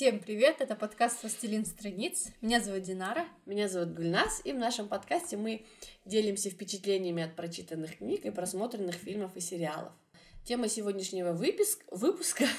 Всем привет, это подкаст «Властелин страниц». Меня зовут Динара. Меня зовут Гульнас, и в нашем подкасте мы делимся впечатлениями от прочитанных книг и просмотренных фильмов и сериалов. Тема сегодняшнего выпуска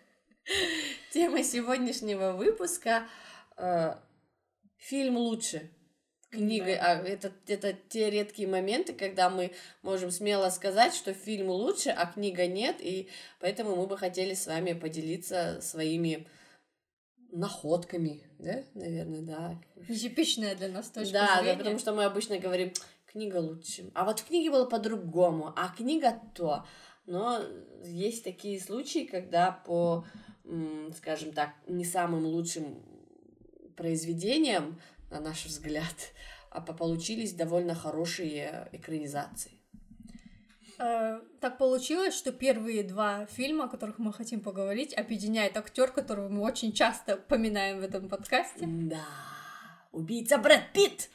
фильм лучше. Книга, это те редкие моменты, когда мы можем смело сказать, что фильм лучше, а книга нет, и поэтому мы бы хотели с вами поделиться своими находками, да, наверное, да. Нетипичная для нас точка зрения. Да, потому что мы обычно говорим, книга лучше, а вот в книге было по-другому, а книга то. Но есть такие случаи, когда по, скажем так, не самым лучшим произведениям, на наш взгляд, получились довольно хорошие экранизации. Так получилось, что первые два фильма, о которых мы хотим поговорить, объединяет актер, которого мы очень часто поминаем в этом подкасте. Да, убийца Брэд Питт!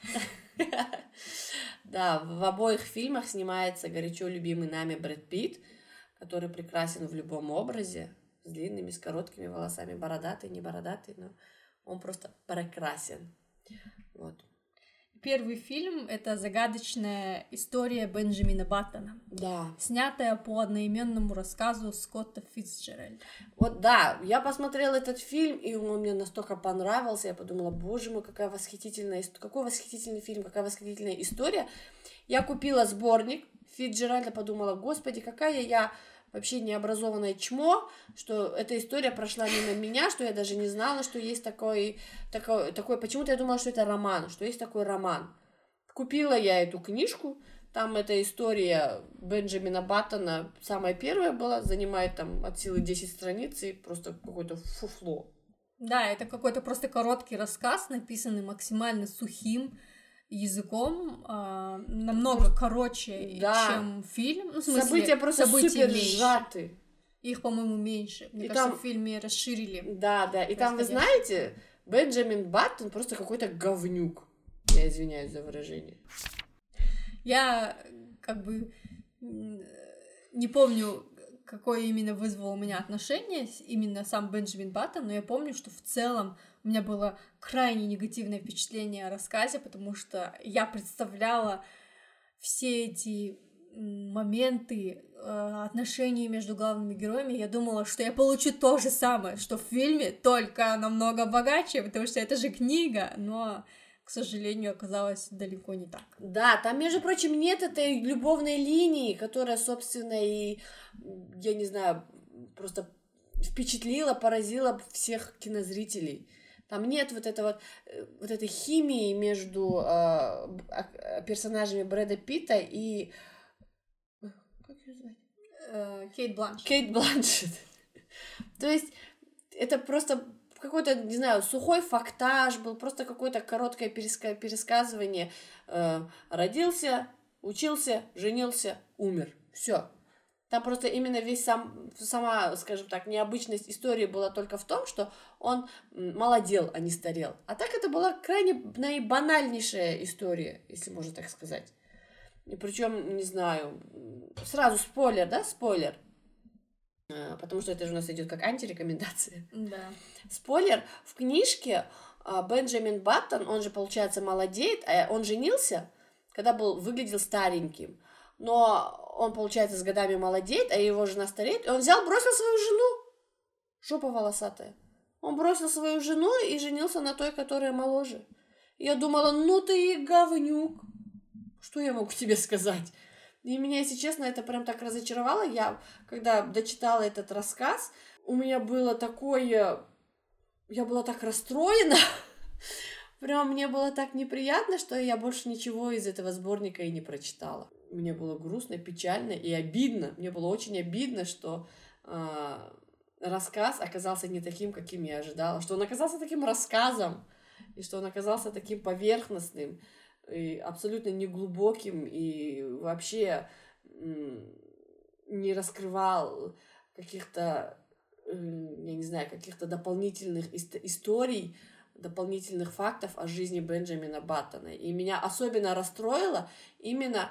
Да, в обоих фильмах снимается горячо любимый нами Брэд Питт, который прекрасен в любом образе, с длинными, с короткими волосами, бородатый, не бородатый, но он просто прекрасен. Вот. Первый фильм — это загадочная история Бенджамина Баттона, снятая по одноименному рассказу Скотта Фицджеральда. Вот да, я посмотрела этот фильм, и он мне настолько понравился, я подумала, боже мой, какой восхитительный фильм, какая восхитительная история. Я купила сборник Фицджеральда, подумала, господи, какая я вообще необразованное чмо, что эта история прошла мимо меня, что я даже не знала, что есть такой, почему-то я думала, что это роман, что есть такой роман. Купила я эту книжку, там эта история Бенджамина Баттона, самая первая была, занимает там от силы 10 страниц и просто какое-то фуфло. Да, это какой-то просто короткий рассказ, написанный максимально сухим языком, намного короче, чем фильм. Ну, в смысле, события просто супер сжаты. Их, по-моему, меньше. Мне кажется, в фильме расширили. Да, и там, вы знаете, Бенджамин Баттон просто какой-то говнюк. Я извиняюсь за выражение. Я не помню, какое именно вызвало у меня отношение, именно сам Бенджамин Баттон, но я помню, что в целом у меня было крайне негативное впечатление о рассказе, потому что я представляла все эти моменты отношений между главными героями. Я думала, что я получу то же самое, что в фильме, только намного богаче, потому что это же книга, но, к сожалению, оказалось далеко не так. Да, там, между прочим, нет этой любовной линии, которая, собственно, и, я не знаю, просто впечатлила, поразила всех кинозрителей. Там нет вот этой химии между персонажами Брэда Питта и... Как ее звать? Кейт Бланшетт. То есть это просто какой-то, не знаю, сухой фактаж был, просто какое-то короткое пересказывание. Родился, учился, женился, умер. Все. Там просто именно сама, скажем так, необычность истории была только в том, что он молодел, а не старел. А так это была крайне наибанальнейшая история, если можно так сказать. И причем, не знаю, сразу спойлер, да, спойлер. Потому что это же у нас идет как антирекомендация. Да. Спойлер, в книжке Бенджамин Баттон, он же, получается, молодеет, он женился, когда выглядел стареньким. Но он, получается, с годами молодеет, а его жена стареет, и он бросил свою жену. Жопа волосатая. Он бросил свою жену и женился на той, которая моложе. Я думала, ну ты и говнюк. Что я могу тебе сказать? И меня, если честно, это прям так разочаровало. Я, когда дочитала этот рассказ, у меня было такое... Я была так расстроена. Прям мне было так неприятно, что я больше ничего из этого сборника и не прочитала. Мне было грустно, печально и обидно. Мне было очень обидно, что рассказ оказался не таким, каким я ожидала. Что он оказался таким рассказом, и что он оказался таким поверхностным, и абсолютно неглубоким, и вообще не раскрывал каких-то, я не знаю, каких-то дополнительных историй, дополнительных фактов о жизни Бенджамина Баттона. И меня особенно расстроил именно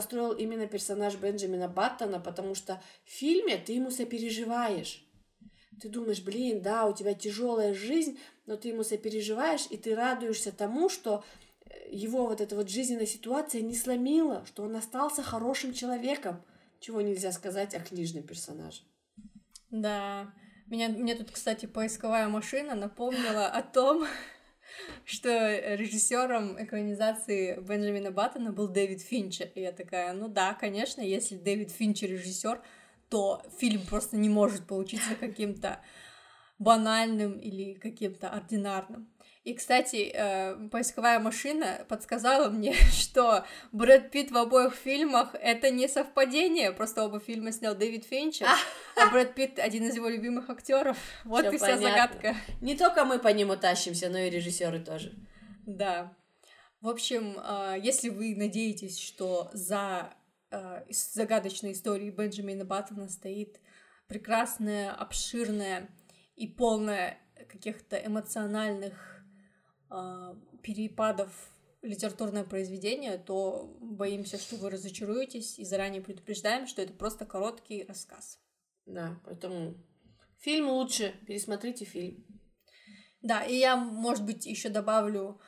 персонаж Бенджамина Баттона, потому что в фильме ты ему сопереживаешь. ты думаешь, блин, да, у тебя тяжелая жизнь, но ты ему сопереживаешь, и ты радуешься тому, что его вот эта вот жизненная ситуация не сломила, что он остался хорошим человеком, чего нельзя сказать о книжном персонаже. Да, мне тут, кстати, поисковая машина напомнила о том, что режиссером экранизации Бенджамина Баттона был Дэвид Финчер. И я такая, ну да, конечно, если Дэвид Финчер режиссер, то фильм просто не может получиться каким-то банальным или каким-то ординарным. И, кстати, поисковая машина подсказала мне, что Брэд Питт в обоих фильмах — это не совпадение, просто оба фильма снял Дэвид Финчер, а Брэд Питт — один из его любимых актеров. Вот и вся загадка. Не только мы по нему тащимся, но и режиссеры тоже. Да. В общем, если вы надеетесь, что за загадочной историей Бенджамина Баттона стоит прекрасная, обширная и полная каких-то эмоциональных перепадов литературное произведение, то боимся, что вы разочаруетесь, и заранее предупреждаем, что это просто короткий рассказ. Да, поэтому фильм лучше, пересмотрите фильм. Да, и я, может быть, еще добавлю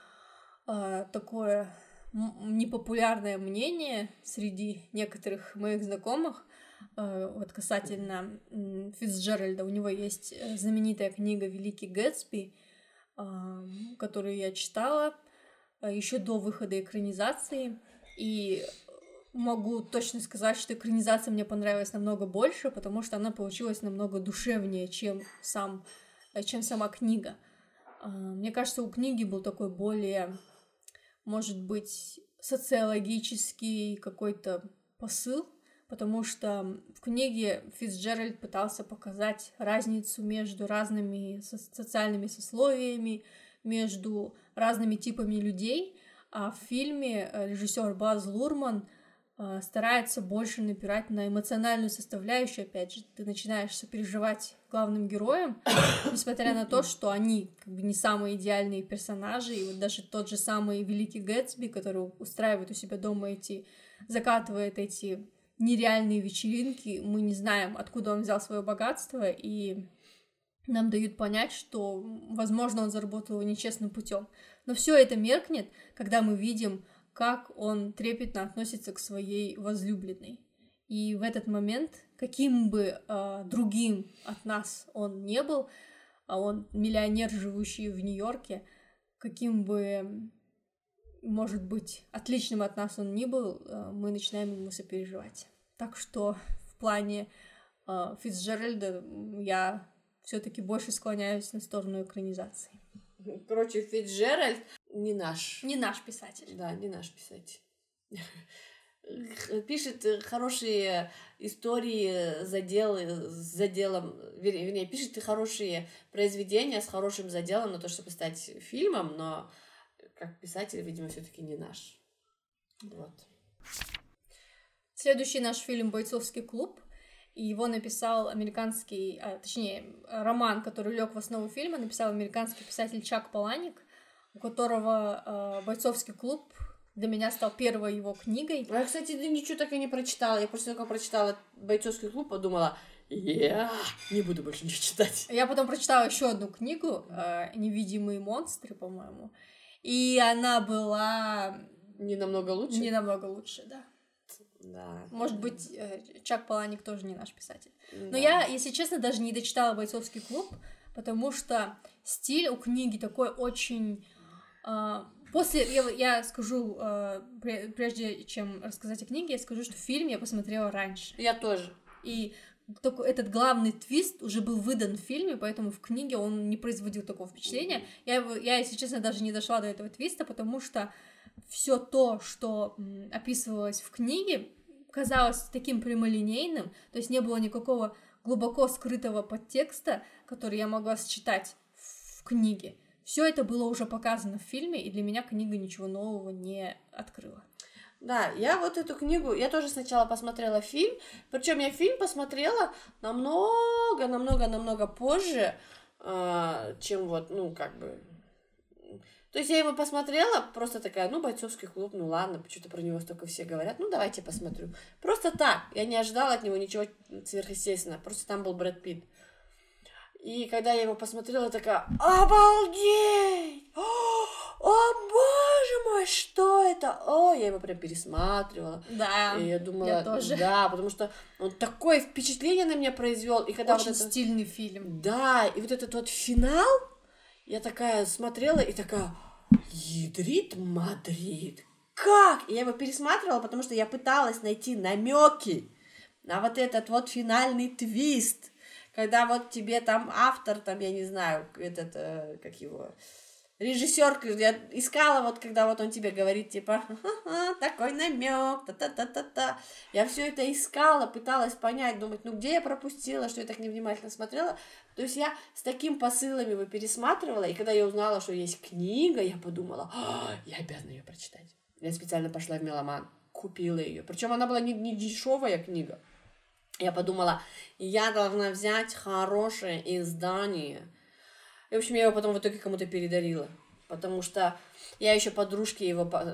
такое непопулярное мнение среди некоторых моих знакомых, вот касательно Фицджеральда. У него есть знаменитая книга «Великий Гэтсби», которую я читала еще до выхода экранизации, и могу точно сказать, что экранизация мне понравилась намного больше, потому что она получилась намного душевнее, чем сама книга. Мне кажется, у книги был такой более, может быть, социологический какой-то посыл, потому что в книге Фицджеральд пытался показать разницу между разными социальными сословиями, между разными типами людей, а в фильме режиссер Баз Лурман старается больше напирать на эмоциональную составляющую. Опять же, ты начинаешь сопереживать главным героям, несмотря на то, что они как бы не самые идеальные персонажи, и вот даже тот же самый Великий Гэтсби, который устраивает у себя дома закатывает эти нереальные вечеринки, мы не знаем, откуда он взял свое богатство, и нам дают понять, что, возможно, он заработал его нечестным путем. Но все это меркнет, когда мы видим, как он трепетно относится к своей возлюбленной. И в этот момент, каким бы другим от нас он не был, а он миллионер, живущий в Нью-Йорке, каким бы, может быть, отличным от нас он ни был, мы начинаем ему сопереживать. Так что в плане Фицджеральда я все-таки больше склоняюсь на сторону экранизации. Короче, Фицджеральд не наш. Не наш писатель. Да, не наш писатель. Пишет хорошие истории с заделом, вернее, пишет хорошие произведения с хорошим заделом на то, чтобы стать фильмом, но как писатель, видимо, все-таки не наш. Вот. Следующий наш фильм «Бойцовский клуб». И его написал роман, который лег в основу фильма, написал американский писатель Чак Паланик, у которого «Бойцовский клуб» для меня стал первой его книгой. Я, кстати, ничего так и не прочитала. Я после того, как прочитала «Бойцовский клуб», подумала, я не буду больше ничего читать. Я потом прочитала еще одну книгу «Невидимые монстры», по-моему, и она была... Не намного лучше? Не намного лучше, да. Да. Может быть, Чак Паланик тоже не наш писатель. Но я, если честно, даже не дочитала «Бойцовский клуб», потому что стиль у книги такой очень... Я скажу, прежде чем рассказать о книге, я скажу, что фильм я посмотрела раньше. Я тоже. И только этот главный твист уже был выдан в фильме, поэтому в книге он не производил такого впечатления. Я, если честно, даже не дошла до этого твиста, потому что все то, что описывалось в книге, казалось таким прямолинейным, то есть не было никакого глубоко скрытого подтекста, который я могла считать в книге. Все это было уже показано в фильме, и для меня книга ничего нового не открыла. Да, я вот эту книгу, я тоже сначала посмотрела фильм, причем я фильм посмотрела намного позже, чем вот, То есть я его посмотрела, просто такая, «Бойцовский клуб», ладно, что-то про него столько все говорят, давайте посмотрю. Просто так, я не ожидала от него ничего сверхъестественного, просто там был Брэд Питт. И когда я его посмотрела, такая, обалдеть! О, боже мой, что это? О, я его прям пересматривала. Да, и я думала, я тоже. Да, потому что он такое впечатление на меня произвел. И когда очень стильный фильм. Да, и вот этот вот финал, я такая смотрела и такая, ядрит Мадрид. Как? И я его пересматривала, потому что я пыталась найти намеки на вот этот вот финальный твист. Когда вот тебе там автор, там, я не знаю, этот, как его, режиссер, я искала, вот когда вот он тебе говорит, типа, такой намек, та-та-та-та-та. Я все это искала, пыталась понять, думать, ну где я пропустила, что я так невнимательно смотрела. То есть я с таким посылами его пересматривала, и когда я узнала, что есть книга, я подумала, я обязана ее прочитать. Я специально пошла в Меломан, купила ее. Причем она была не дешевая книга. Я подумала, я должна взять хорошее издание. И, в общем, я его потом в итоге кому-то передарила. Потому что я еще подружке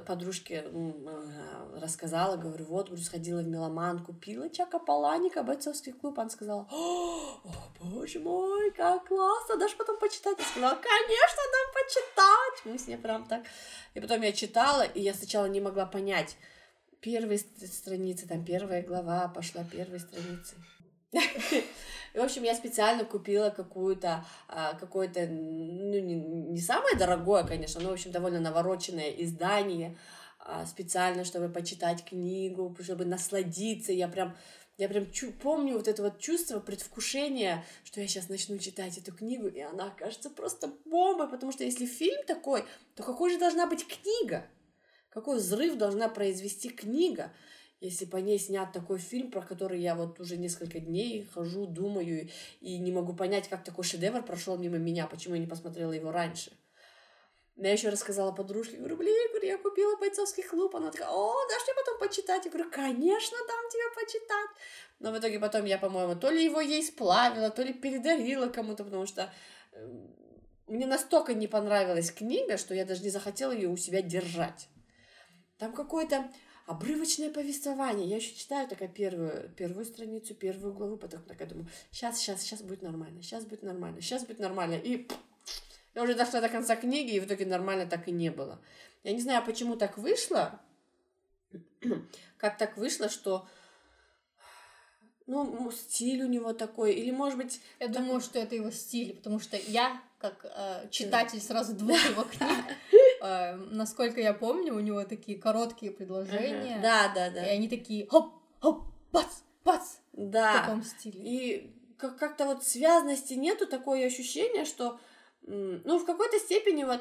рассказала, говорю, вот, сходила в Меломан, купила Чака Паланика, бойцовский клуб. Она сказала, о, боже мой, как классно, дашь потом почитать? Я сказала, конечно, дам почитать. Мы с ней прям так. И потом я читала, и я сначала не могла понять. Первые страницы, там первая глава, пошла первой страницы. В общем, я специально купила какое-то, ну, не самое дорогое, конечно, но, в общем, довольно навороченное издание, специально, чтобы почитать книгу, чтобы насладиться. Я прям помню вот это вот чувство предвкушения, что я сейчас начну читать эту книгу, и она окажется просто бомбой, потому что если фильм такой, то какой же должна быть книга? Какой взрыв должна произвести книга, если по ней снят такой фильм, про который я вот уже несколько дней хожу, думаю, и не могу понять, как такой шедевр прошел мимо меня, почему я не посмотрела его раньше. Я еще рассказала подружке, говорю, я купила бойцовский клуб. Она такая, о, дашь мне потом почитать? Я говорю, конечно, дам тебе почитать. Но в итоге потом я, по-моему, то ли его ей сплавила, то ли передарила кому-то, потому что мне настолько не понравилась книга, что я даже не захотела ее у себя держать. Там какое-то обрывочное повествование. Я еще читаю такая первую страницу, первую главу, потом такая думаю, сейчас будет нормально, сейчас будет нормально. И я уже дошла до конца книги, и в итоге нормально так и не было. Я не знаю, почему так вышло, как так вышло, что ну, стиль у него такой, или, может быть... Я думаю, что это его стиль, потому что я, как читатель сразу двух его книг, насколько я помню, у него такие короткие предложения. Да. И они такие хоп, бац, да. в таком стиле. И как-то вот связности нету, такое ощущение, что, ну, в какой-то степени вот,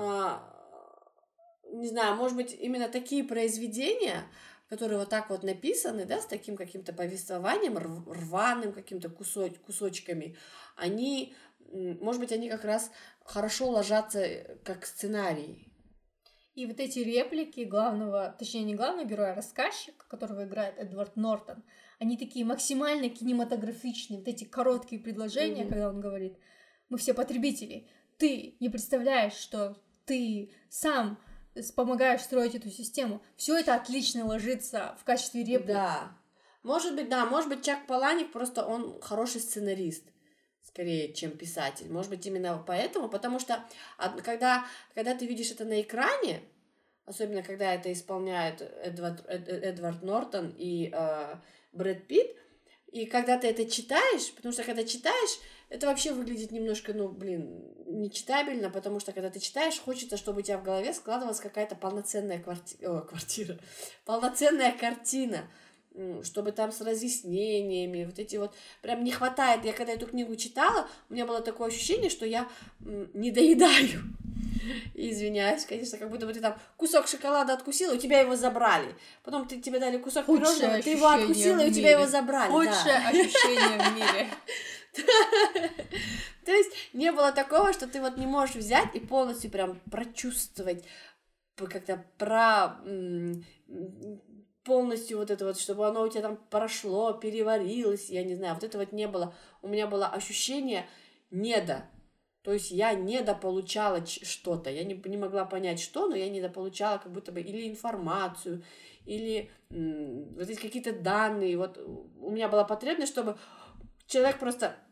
не знаю, может быть, именно такие произведения, которые вот так вот написаны, да, с таким каким-то повествованием, рваным каким-то кусочками, они, может быть, они как раз хорошо ложатся как сценарий. И вот эти реплики главного, точнее, не главного героя, а рассказчика, которого играет Эдвард Нортон, они такие максимально кинематографичные, вот эти короткие предложения, когда он говорит, мы все потребители, ты не представляешь, что ты сам помогаешь строить эту систему. Все это отлично ложится в качестве реплик. Да. Может быть, Чак Паланик просто он хороший сценарист, скорее, чем писатель. Может быть, именно поэтому, потому что когда ты видишь это на экране, особенно когда это исполняют Эдвард Нортон и Брэд Питт, и когда ты это читаешь, потому что когда читаешь, это вообще выглядит немножко, нечитабельно, потому что когда ты читаешь, хочется, чтобы у тебя в голове складывалась какая-то полноценная полноценная картина, чтобы там с разъяснениями, вот эти вот, прям не хватает. Я когда эту книгу читала, у меня было такое ощущение, что я не доедаю. Извиняюсь, конечно, как будто бы ты там кусок шоколада откусила, у тебя его забрали. Потом тебе дали кусок пирожного, ты его откусила, и у тебя его забрали. Худшее ощущение в мире. То есть не было такого, что ты вот не можешь взять и полностью прям прочувствовать, как-то полностью вот это вот, чтобы оно у тебя там прошло, переварилось, я не знаю, вот это вот не было. У меня было ощущение то есть я недополучала что-то, я не могла понять, что, но я недополучала как будто бы или информацию, или вот эти какие-то данные. Вот у меня была потребность, чтобы человек просто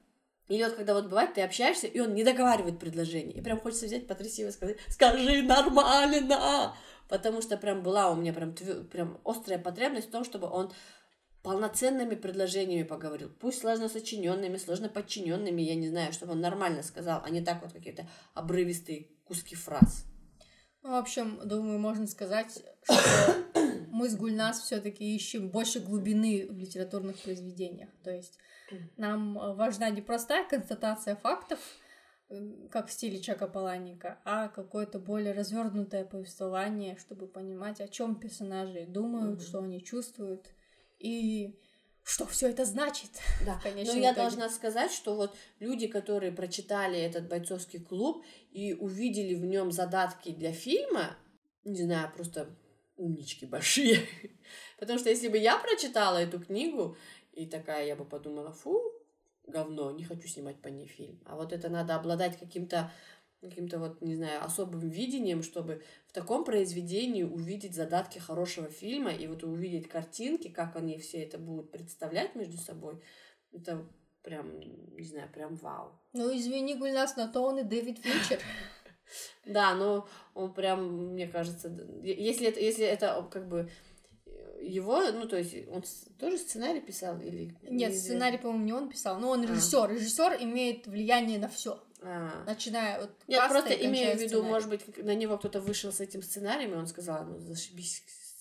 И вот когда вот бывает, ты общаешься, и он не договаривает предложение. И прям хочется взять, потрясти его и сказать: скажи нормально! Потому что прям была у меня прям острая потребность в том, чтобы он полноценными предложениями поговорил. Пусть сложно сочиненными, сложно подчиненными, я не знаю, чтобы он нормально сказал, а не так вот какие-то обрывистые куски фраз. В общем, думаю, можно сказать, что мы с Гульнас все-таки ищем больше глубины в литературных произведениях. То есть нам важна не простая констатация фактов, как в стиле Чака Паланика, а какое-то более развернутое повествование, чтобы понимать, о чем персонажи думают, что они чувствуют и что все это значит. Да, но я должна сказать, что вот люди, которые прочитали этот «Бойцовский клуб» и увидели в нем задатки для фильма, не знаю, просто умнички большие. Потому что если бы я прочитала эту книгу, и такая, я бы подумала: фу, говно, не хочу снимать по ней фильм. А вот это надо обладать каким-то вот, не знаю, особым видением, чтобы в таком произведении увидеть задатки хорошего фильма и вот увидеть картинки, как они все это будут представлять между собой. Это прям, не знаю, прям вау. Ну, извини, Гульнас, на то он и Дэвид Финчер. Да, но он прям, мне кажется, если это как бы его, ну, то есть он тоже сценарий писал или... Нет, сценарий, по-моему, не он писал, но он режиссер. Режиссер имеет влияние на все. Начиная от я просто имею в виду, может быть, на него кто-то вышел с этим сценарием, и он сказал: ну, зашибись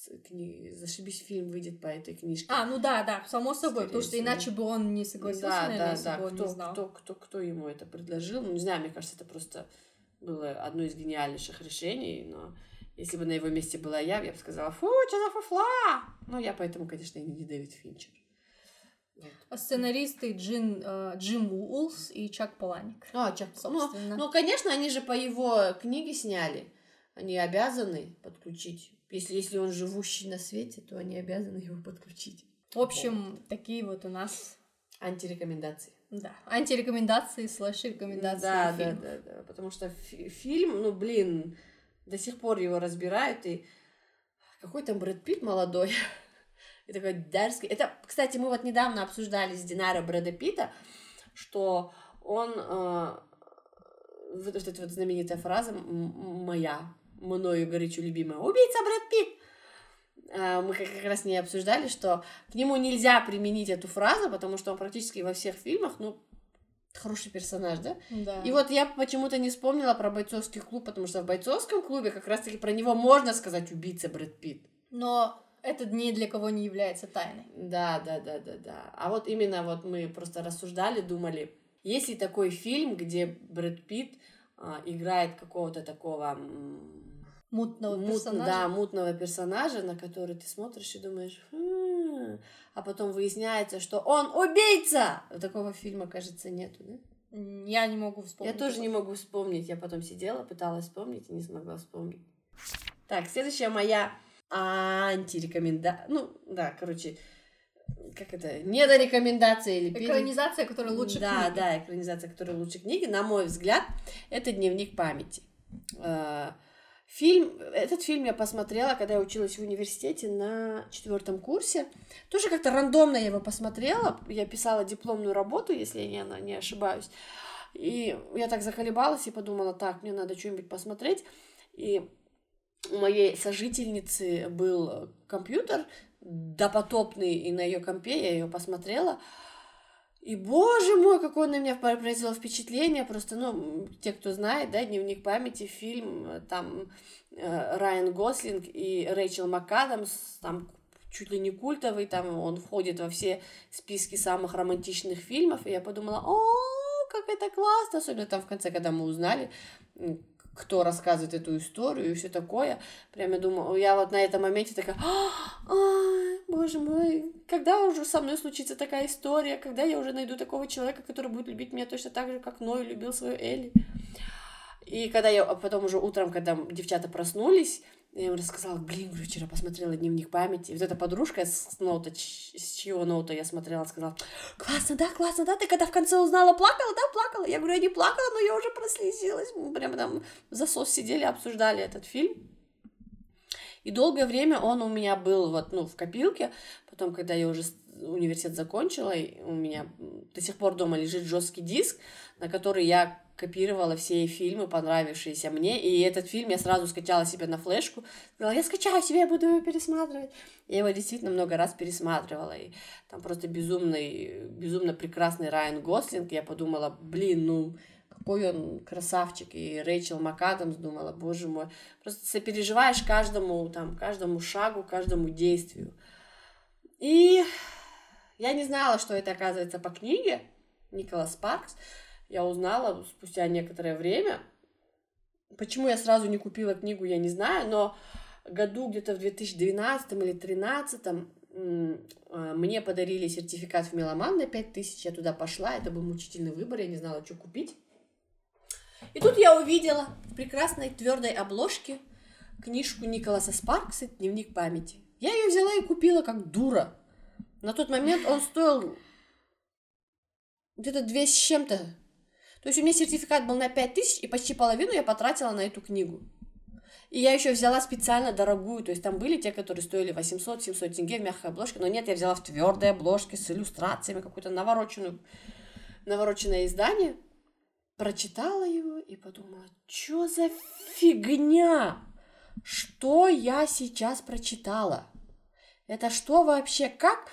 фильм выйдет по этой книжке. Ну да, само собой, потому что иначе бы он не согласился, наверное, если бы он не знал. Кто ему это предложил? Ну, не знаю, мне кажется, это просто было одно из гениальнейших решений, но если бы на его месте была я бы сказала: фу, что за фуфла! Ну, я поэтому, конечно, не Дэвид Финчер. Вот. Сценаристы Джим Уолс и Чак Паланик. Чак, собственно. Ну, конечно, они же по его книге сняли. Они обязаны подключить. Если он живущий на свете, то они обязаны его подключить. В общем, такие вот у нас... Антирекомендации. Да, антирекомендации /рекомендации. Да. Потому что фильм, до сих пор его разбирают, и какой там Брэд Питт молодой. И такой дерзкий. Это, кстати, мы вот недавно обсуждали с Динаро Брэда Питта, что он... вот эта вот знаменитая фраза мною горячо любимая: убийца Брэд Питт! Мы как раз не обсуждали, что к нему нельзя применить эту фразу, потому что он практически во всех фильмах, хороший персонаж, да? Да. И вот я почему-то не вспомнила про «Бойцовский клуб», потому что в «Бойцовском клубе» как раз-таки про него можно сказать убийца Брэд Питт. Но это ни для кого не является тайной. Да. А вот именно вот мы просто рассуждали, думали, есть ли такой фильм, где Брэд Питт играет какого-то такого... мутного персонажа, на который ты смотришь и думаешь: а потом выясняется, что он убийца! Такого фильма, кажется, нету, да? Я не могу вспомнить. Я тоже не могу вспомнить. Я потом сидела, пыталась вспомнить и не смогла вспомнить. Так, следующая моя антирекомендация. Недорекомендация или... Экранизация, которая лучше книги. Да, экранизация, которая лучше книги, на мой взгляд, это «Дневник памяти». Этот фильм я посмотрела, когда я училась в университете на 4 курсе. Тоже как-то рандомно я его посмотрела. Я писала дипломную работу, если я не ошибаюсь. И я так заколебалась и подумала: так, мне надо что-нибудь посмотреть. И у моей сожительницы был компьютер допотопный, и на ее компе я ее посмотрела. И, боже мой, какое на меня произвело впечатление. Просто, те, кто знает, да, «Дневник памяти», фильм, там Райан Гослинг и Рэйчел МакАдамс, там чуть ли не культовый, там он входит во все списки самых романтичных фильмов. И я подумала: как это классно! Особенно там в конце, когда мы узнали, кто рассказывает эту историю и все такое. Прям я думаю, я вот на этом моменте такая: боже мой, когда уже со мной случится такая история, когда я уже найду такого человека, который будет любить меня точно так же, как Ной любил свою Элли. И когда я потом уже утром, когда девчата проснулись, я им рассказала: вчера посмотрела «Дневник памяти». И вот эта подружка с чьего ноута я смотрела, сказала: классно, да, ты когда в конце узнала, плакала? Я говорю: я не плакала, но я уже прослезилась. Мы прямо там в засос сидели, обсуждали этот фильм. И долгое время он у меня был в копилке. Потом, когда я уже университет закончила, и у меня до сих пор дома лежит жесткий диск, на который я копировала все фильмы, понравившиеся мне, и этот фильм я сразу скачала себе на флешку, сказала, я скачаю себе, я буду его пересматривать. Я его действительно много раз пересматривала, и там просто безумно прекрасный Райан Гослинг, я подумала, блин, какой он красавчик, и Рэйчел МакАдамс, думала, боже мой, просто сопереживаешь каждому шагу, каждому действию. И я не знала, что это, оказывается, по книге Николас Спаркс. Я узнала спустя некоторое время. Почему я сразу не купила книгу, я не знаю, но году где-то в 2012 или 2013 мне подарили сертификат в Меломан на 5000, я туда пошла, это был мучительный выбор, я не знала, что купить. И тут я увидела в прекрасной твердой обложке книжку Николаса Спаркса «Дневник памяти». Я ее взяла и купила как дура. На тот момент он стоил где-то 200 с чем-то. То есть у меня сертификат был на 5000, и почти половину я потратила на эту книгу. И я еще взяла специально дорогую, то есть там были те, которые стоили 800-700 тенге в мягкой обложке, но нет, я взяла в твердой обложке с иллюстрациями, какое-то навороченное издание. Прочитала его и подумала, что за фигня? Что я сейчас прочитала? Это что вообще? Как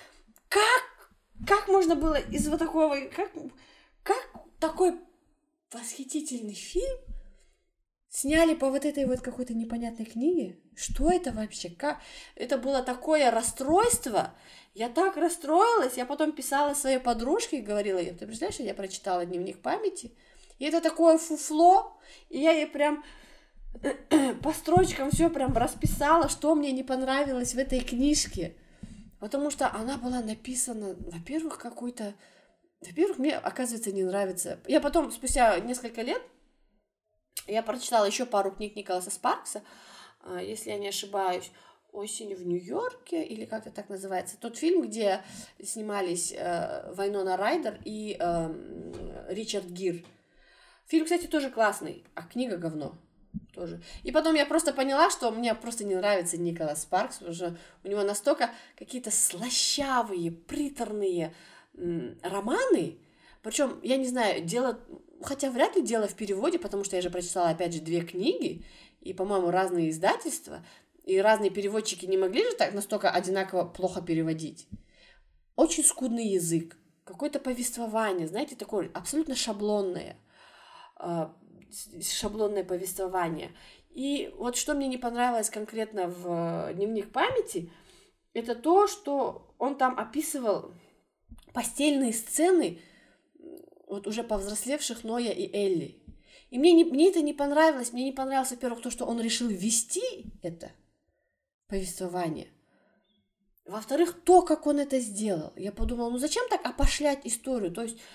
можно было из вот такого... Как такой восхитительный фильм сняли по вот этой вот какой-то непонятной книге? Что это вообще? Как? Это было такое расстройство. Я так расстроилась. Я потом писала своей подружке и говорила ей, ты представляешь, я прочитала «Дневник памяти», и это такое фуфло, и я ей прям по строчкам все прям расписала, что мне не понравилось в этой книжке. Потому что она была написана, во-первых, мне, оказывается, не нравится. Я потом, спустя несколько лет, я прочитала еще пару книг Николаса Спаркса, если я не ошибаюсь, «Осень в Нью-Йорке», или как-то так называется. Тот фильм, где снимались Вайнона Райдер и Ричард Гир. Фильм, кстати, тоже классный, а книга говно тоже. И потом я просто поняла, что мне просто не нравится Николас Спаркс, потому что у него настолько какие-то слащавые, приторные романы. Причем, я не знаю, хотя вряд ли дело в переводе, потому что я же прочитала, опять же, 2 книги, и, по-моему, разные издательства, и разные переводчики не могли же так настолько одинаково плохо переводить. Очень скудный язык, какое-то повествование, знаете, такое абсолютно шаблонное повествование. И вот что мне не понравилось конкретно в «Дневник памяти», это то, что он там описывал постельные сцены вот уже повзрослевших Ноя и Элли. И мне это не понравилось. Мне не понравилось, во-первых, то, что он решил ввести это повествование. Во-вторых, то, как он это сделал. Я подумала, зачем так опошлять историю? То есть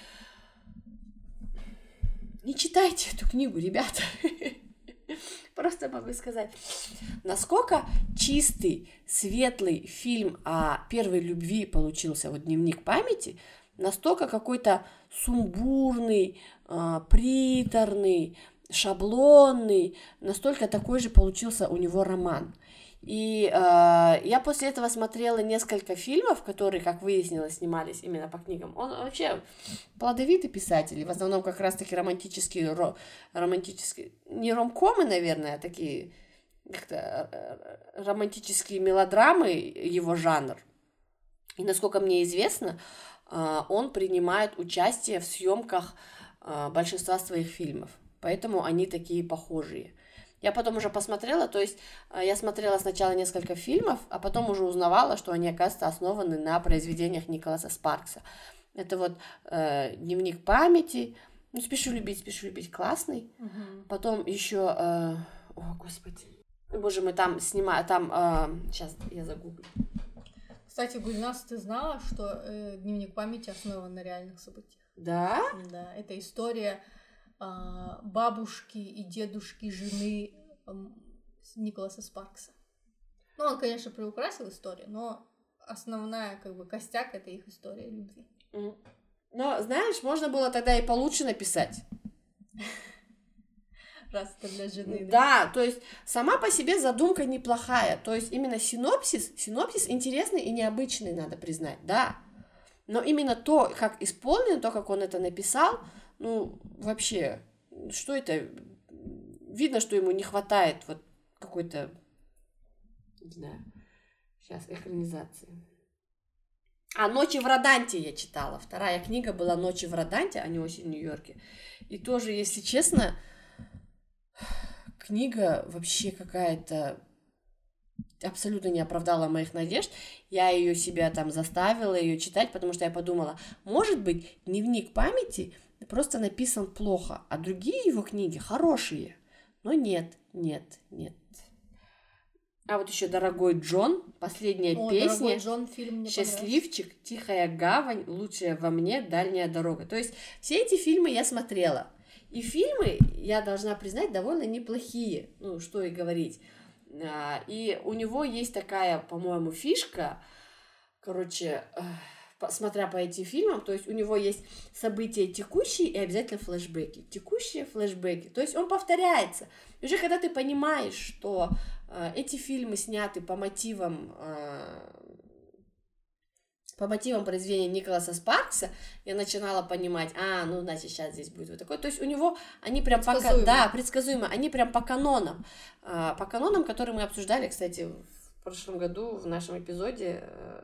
не читайте эту книгу, ребята. Просто могу сказать, насколько чистый, светлый фильм о первой любви получился вот «Дневник памяти», настолько какой-то сумбурный, приторный, шаблонный, настолько такой же получился у него роман. И я после этого смотрела несколько фильмов, которые, как выяснилось, снимались именно по книгам. Он вообще плодовитый писатель, в основном как раз-таки романтические, не ромкомы, наверное, а такие как-то романтические мелодрамы, его жанр. И насколько мне известно, он принимает участие в съемках большинства своих фильмов, поэтому они такие похожие. Я потом уже посмотрела, то есть я смотрела сначала несколько фильмов, а потом уже узнавала, что они, оказывается, основаны на произведениях Николаса Спаркса. Это вот «Дневник памяти», «Спешу любить» классный. Потом еще, о, господи, боже мой, там снимают, сейчас я загуглю. Кстати, Гульнас, ты знала, что «Дневник памяти» основан на реальных событиях? Да? Да, это история бабушки и дедушки жены Николаса Спаркса. Ну, он, конечно, приукрасил историю, но основная, костяк — это их история любви. Но, знаешь, можно было тогда и получше написать. Раз это для жены. Да, то есть сама по себе задумка неплохая. То есть именно синопсис интересный и необычный, надо признать, да. Но именно то, как исполнено, то, как он это написал, ну, вообще, что это? Видно, что ему не хватает вот какой-то, не знаю, сейчас, экранизации. «Ночи в Роданте» я читала. Вторая книга была «Ночи в Роданте», а не «Осень в Нью-Йорке». И тоже, если честно, книга вообще какая-то абсолютно не оправдала моих надежд. Я ее себя там заставила ее читать, потому что я подумала, может быть, «Дневник памяти» просто написан плохо, а другие его книги хорошие. Но нет. А вот еще «Дорогой Джон», последняя песня. «Дорогой Джон», фильм мне «Счастливчик», «Тихая гавань», «Лучшая во мне», «Дальняя дорога». То есть все эти фильмы я смотрела. И фильмы, я должна признать, довольно неплохие, ну, что и говорить. И у него есть такая, по-моему, фишка, короче, смотря по этим фильмам, то есть у него есть события текущие и обязательно флешбеки. Текущие флешбеки. То есть он повторяется. И уже когда ты понимаешь, что эти фильмы сняты по мотивам произведения Николаса Спаркса, я начинала понимать, ну, значит, сейчас здесь будет вот такое. То есть у него они прям предсказуемо, они прям по канонам, которые мы обсуждали, кстати, в прошлом году в нашем эпизоде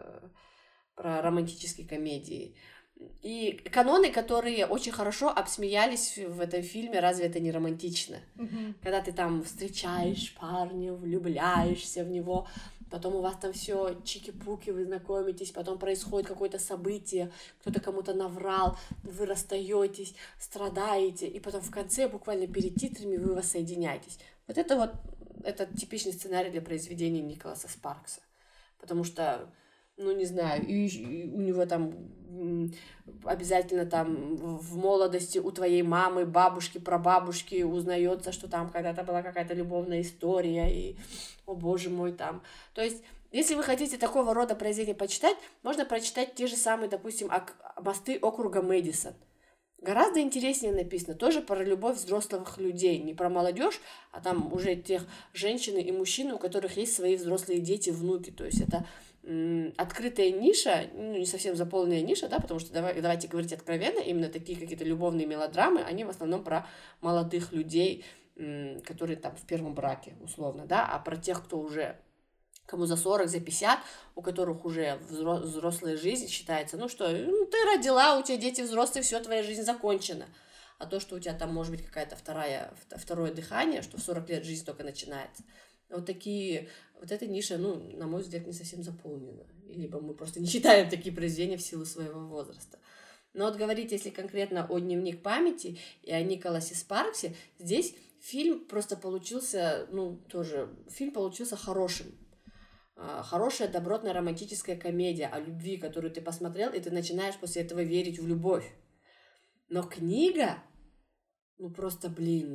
про романтические комедии. И каноны, которые очень хорошо обсмеялись в этом фильме, разве это не романтично? Когда ты там встречаешь парня, влюбляешься в него, потом у вас там все чики-пуки, вы знакомитесь, потом происходит какое-то событие, кто-то кому-то наврал, вы расстаетесь, страдаете, и потом в конце, буквально перед титрами, вы воссоединяетесь. Вот это типичный сценарий для произведения Николаса Спаркса. Потому что, ну, не знаю, и у него там обязательно там в молодости у твоей мамы, бабушки, прабабушки узнается, что там когда-то была какая-то любовная история, и, о боже мой, там. То есть, если вы хотите такого рода произведения почитать, можно прочитать те же самые, допустим, «Мосты округа Мэдисон». Гораздо интереснее написано, тоже про любовь взрослых людей, не про молодежь, а там уже тех женщин и мужчин, у которых есть свои взрослые дети, внуки, то есть это открытая ниша, ну, не совсем заполненная ниша, да, потому что давайте говорить откровенно, именно такие какие-то любовные мелодрамы, они в основном про молодых людей, которые там в первом браке, условно, да, а про тех, кто уже, кому за 40, за 50, у которых уже взрослая жизнь считается, ну что, ты родила, у тебя дети взрослые, все, твоя жизнь закончена. А то, что у тебя там может быть какая-то второе дыхание, что в 40 лет жизнь только начинается. Вот эта ниша, ну, на мой взгляд, не совсем заполнена. Либо мы просто не читаем такие произведения в силу своего возраста. Но вот говорить, если конкретно о «Дневник памяти» и о Николасе Спарксе, здесь фильм просто получился, фильм получился хорошим. Хорошая, добротная романтическая комедия о любви, которую ты посмотрел, и ты начинаешь после этого верить в любовь. Но книга, просто,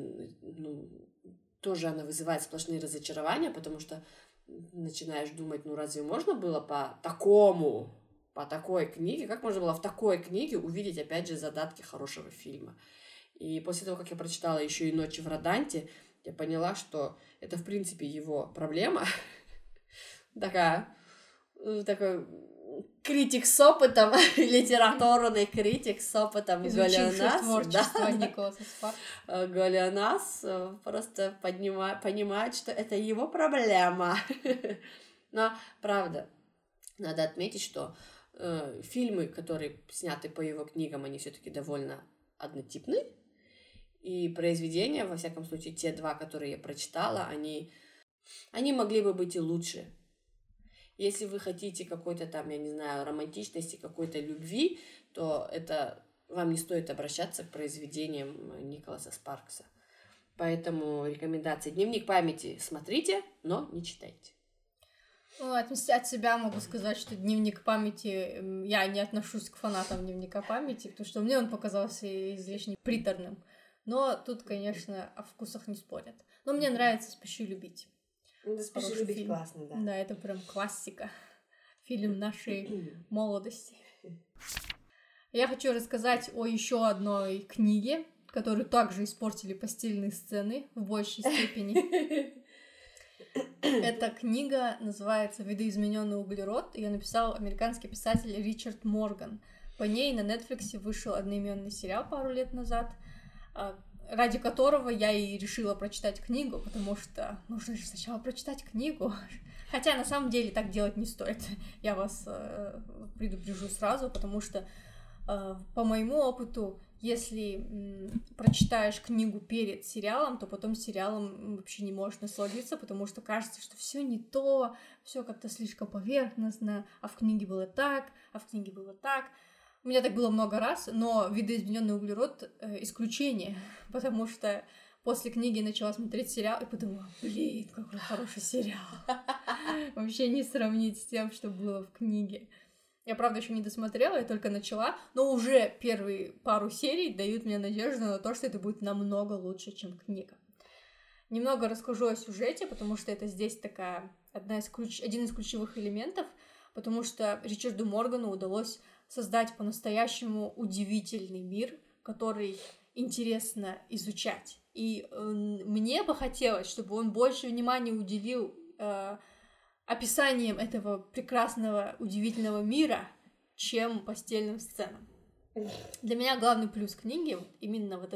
тоже она вызывает сплошные разочарования, потому что начинаешь думать, разве можно было по такой книге, как можно было в такой книге увидеть, опять же, задатки хорошего фильма. И после того, как я прочитала еще и «Ночи в Роданте», я поняла, что это, в принципе, его проблема. Такой критик с опытом, литературный критик с опытом Галианас. Творчество Николаса Спаркса. Галианас просто понимает, что это его проблема. Но, правда, надо отметить, что фильмы, которые сняты по его книгам, они все-таки довольно однотипны. И произведения, во всяком случае, те два, которые я прочитала, они могли бы быть и лучше. Если вы хотите какой-то там, я не знаю, романтичности, какой-то любви, то это вам не стоит обращаться к произведениям Николаса Спаркса. Поэтому рекомендации: «Дневник памяти» смотрите, но не читайте. От себя могу сказать, что «Дневник памяти», я не отношусь к фанатам «Дневника памяти», потому что мне он показался излишне приторным. Но тут, конечно, о вкусах не спорят. Но мне нравится «Спеши любить». «Спеши любить» фильм. Классно, да. Да, это прям классика. Фильм нашей молодости. Я хочу рассказать о еще одной книге, которую также испортили постельные сцены в большей степени. Эта книга называется «Видоизмененный углерод». Ее написал американский писатель Ричард Морган. По ней на Netflix вышел одноименный сериал пару лет назад, ради которого я и решила прочитать книгу, потому что нужно же сначала прочитать книгу. Хотя на самом деле так делать не стоит. Я вас предупрежу сразу, потому что по моему опыту, если прочитаешь книгу перед сериалом, то потом сериалом вообще не можешь насладиться, потому что кажется, что все не то, все как-то слишком поверхностно, а в книге было так, а в книге было так. У меня так было много раз, но «Видоизмененный углерод» исключение, потому что после книги начала смотреть сериал и подумала, блин, какой хороший сериал. Вообще не сравнить с тем, что было в книге. Я, правда, еще не досмотрела, я только начала, но уже первые пару серий дают мне надежду на то, что это будет намного лучше, чем книга. Немного расскажу о сюжете, потому что это здесь такая один из ключевых элементов, потому что Ричарду Моргану удалось создать по-настоящему удивительный мир, который интересно изучать. И мне бы хотелось, чтобы он больше внимания уделил описанием этого прекрасного, удивительного мира, чем постельным сценам. Для меня главный плюс книги именно вот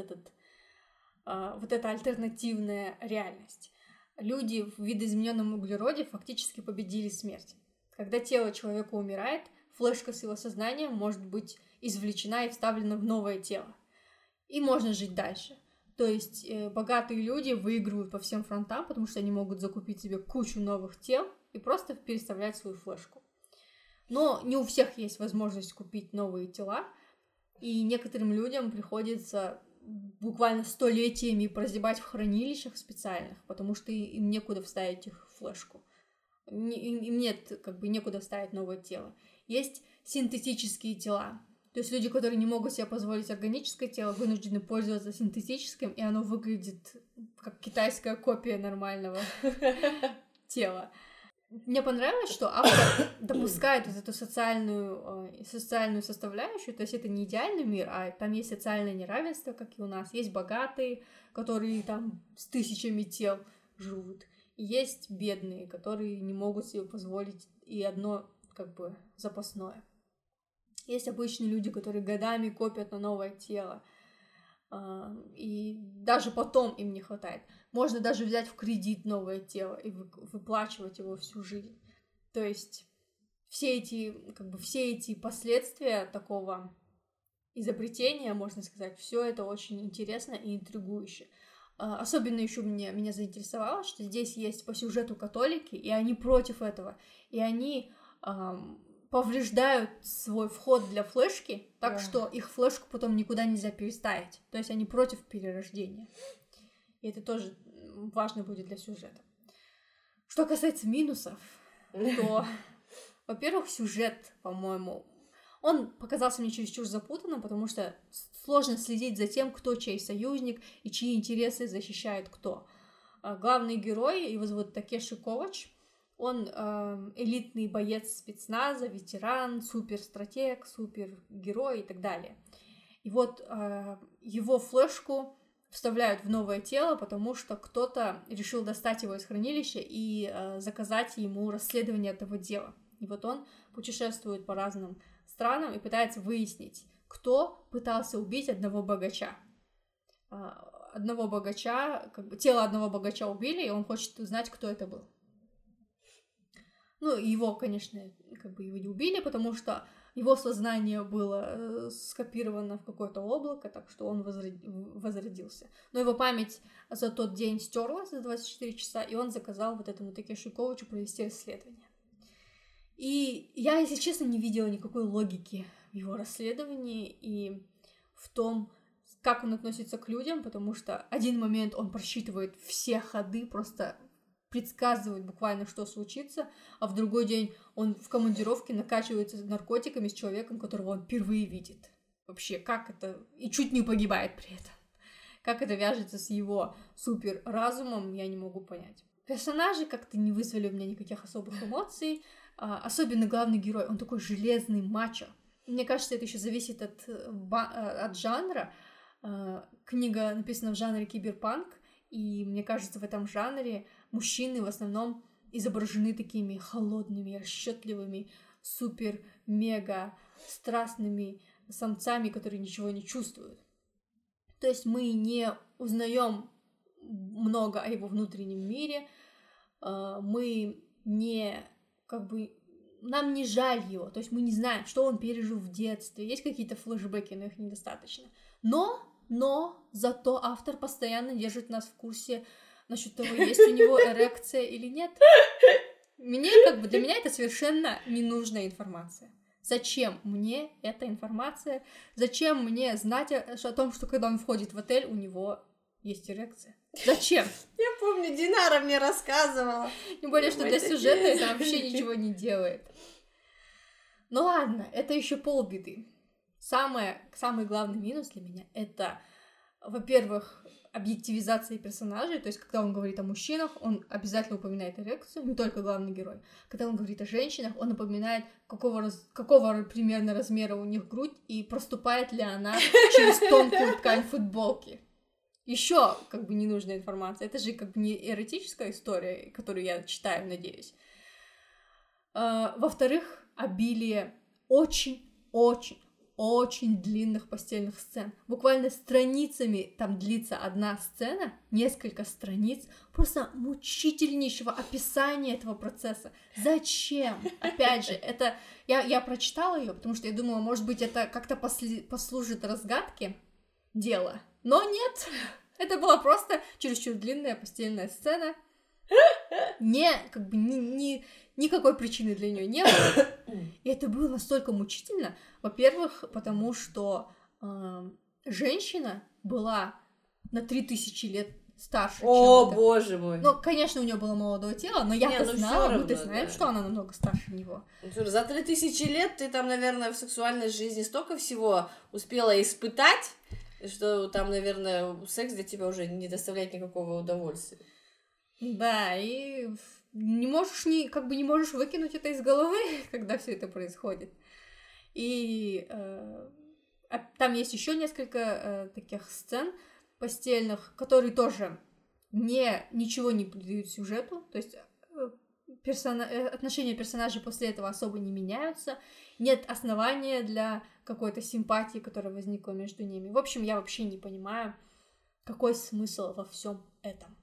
эта альтернативная реальность. Люди в видоизмененном углероде фактически победили смерть. Когда тело человека умирает, флешка с его сознанием может быть извлечена и вставлена в новое тело. И можно жить дальше. То есть богатые люди выигрывают по всем фронтам, потому что они могут закупить себе кучу новых тел и просто переставлять свою флешку. Но не у всех есть возможность купить новые тела, и некоторым людям приходится буквально столетиями прозябать в хранилищах специальных, потому что им некуда вставить их флешку. Им нет, некуда вставить новое тело. Есть синтетические тела. То есть люди, которые не могут себе позволить органическое тело, вынуждены пользоваться синтетическим, и оно выглядит как китайская копия нормального тела. Мне понравилось, что автор допускает вот эту социальную составляющую, то есть это не идеальный мир, а там есть социальное неравенство, как и у нас. Есть богатые, которые там с тысячами тел живут, и есть бедные, которые не могут себе позволить и одно запасное. Есть обычные люди, которые годами копят на новое тело, и даже потом им не хватает. Можно даже взять в кредит новое тело и выплачивать его всю жизнь. То есть все эти последствия такого изобретения, можно сказать, все это очень интересно и интригующе. Особенно еще меня заинтересовало, что здесь есть по сюжету католики, и они против этого, и они повреждают свой вход для флешки, так что их флешку потом никуда нельзя переставить. То есть они против перерождения. И это тоже важно будет для сюжета. Что касается минусов, то, во-первых, сюжет, по-моему, он показался мне чересчур запутанным, потому что сложно следить за тем, кто чей союзник и чьи интересы защищает кто. Главный герой, его зовут Такеши Ковач, он элитный боец спецназа, ветеран, суперстратег, супергерой и так далее. И вот его флешку вставляют в новое тело, потому что кто-то решил достать его из хранилища и заказать ему расследование этого дела. И вот он путешествует по разным странам и пытается выяснить, кто пытался убить одного богача. Тело одного богача убили, и он хочет узнать, кто это был. Ну, его, конечно, его не убили, потому что его сознание было скопировано в какое-то облако, так что он возродился. Но его память за тот день стерлась за 24 часа, и он заказал вот этому Такеши Ковачу провести расследование. И я, если честно, не видела никакой логики в его расследовании и в том, как он относится к людям, потому что один момент он просчитывает все ходы, просто предсказывает буквально, что случится, а в другой день он в командировке накачивается наркотиками с человеком, которого он впервые видит. Вообще, как это... И чуть не погибает при этом. Как это вяжется с его суперразумом, я не могу понять. Персонажи как-то не вызвали у меня никаких особых эмоций. Особенно главный герой, он такой железный мачо. Мне кажется, это еще зависит от жанра. Книга написана в жанре киберпанк, и мне кажется, в этом жанре мужчины в основном изображены такими холодными, расчетливыми, супер-мега страстными самцами, которые ничего не чувствуют. То есть мы не узнаем много о его внутреннем мире, мы не, как бы, нам не жаль его, то есть мы не знаем, что он пережил в детстве, есть какие-то флешбеки, но их недостаточно. Но зато автор постоянно держит нас в курсе насчет того, есть у него эрекция или нет. Для меня это совершенно ненужная информация. Зачем мне эта информация? Зачем мне знать о том, что когда он входит в отель, у него есть эрекция? Зачем? Я помню, Динара мне рассказывала. Тем более, что для сюжета это вообще ничего не делает. Ну ладно, это еще полбеды. Самый главный минус для меня — это, во-первых, объективизация персонажей, то есть когда он говорит о мужчинах, он обязательно упоминает эрекцию, не только главный герой. Когда он говорит о женщинах, он напоминает, какого примерно размера у них грудь и проступает ли она через тонкую ткань футболки. Еще как бы ненужная информация. Это же как бы не эротическая история, которую я читаю, надеюсь. Во-вторых, обилие очень длинных постельных сцен. Буквально страницами там длится одна сцена, несколько страниц, просто мучительнейшего описания этого процесса. Зачем? Опять же, это... Я прочитала ее, потому что я думала, может быть, это как-то послужит разгадке дела. Но нет, это была просто чересчур длинная постельная сцена. Никакой причины для нее не было. И это было настолько мучительно. Во-первых, потому что женщина была на 3000 лет старше, чем О, это. боже мой. Ну, конечно, у нее было молодое тело, но я-то знала, мы-то знаем, что она намного старше него. За 3000 лет ты там, наверное, в сексуальной жизни столько всего успела испытать, что там, наверное, секс для тебя уже не доставляет никакого удовольствия. Да, и не можешь выкинуть это из головы, когда все это происходит. И там есть еще несколько таких сцен постельных, которые тоже ничего не придают сюжету, то есть отношения персонажей после этого особо не меняются, нет основания для какой-то симпатии, которая возникла между ними. В общем, я вообще не понимаю, какой смысл во всем этом.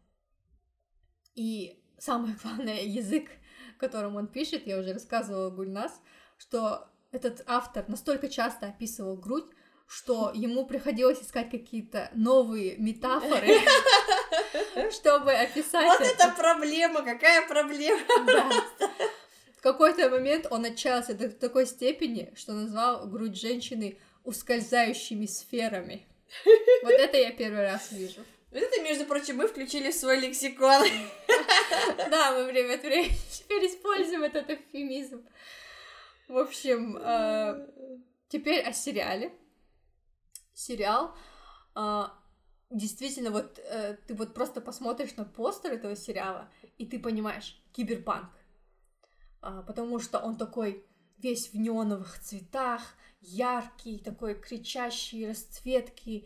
И самое главное, язык, которым он пишет, я уже рассказывала Гульнас, что этот автор настолько часто описывал грудь, что ему приходилось искать какие-то новые метафоры, чтобы описать вот это проблема, какая проблема? Да. В какой-то момент он отчаялся до такой степени, что назвал грудь женщины ускользающими сферами. Вот это я первый раз вижу. Это, между прочим, мы включили в свой лексикон. Да, мы время от времени теперь используем этот эвфемизм. В общем, теперь о сериале. Сериал, действительно, вот ты вот просто посмотришь на постер этого сериала, и ты понимаешь, киберпанк. Потому что он такой весь в неоновых цветах, яркий, такой кричащий, расцветки,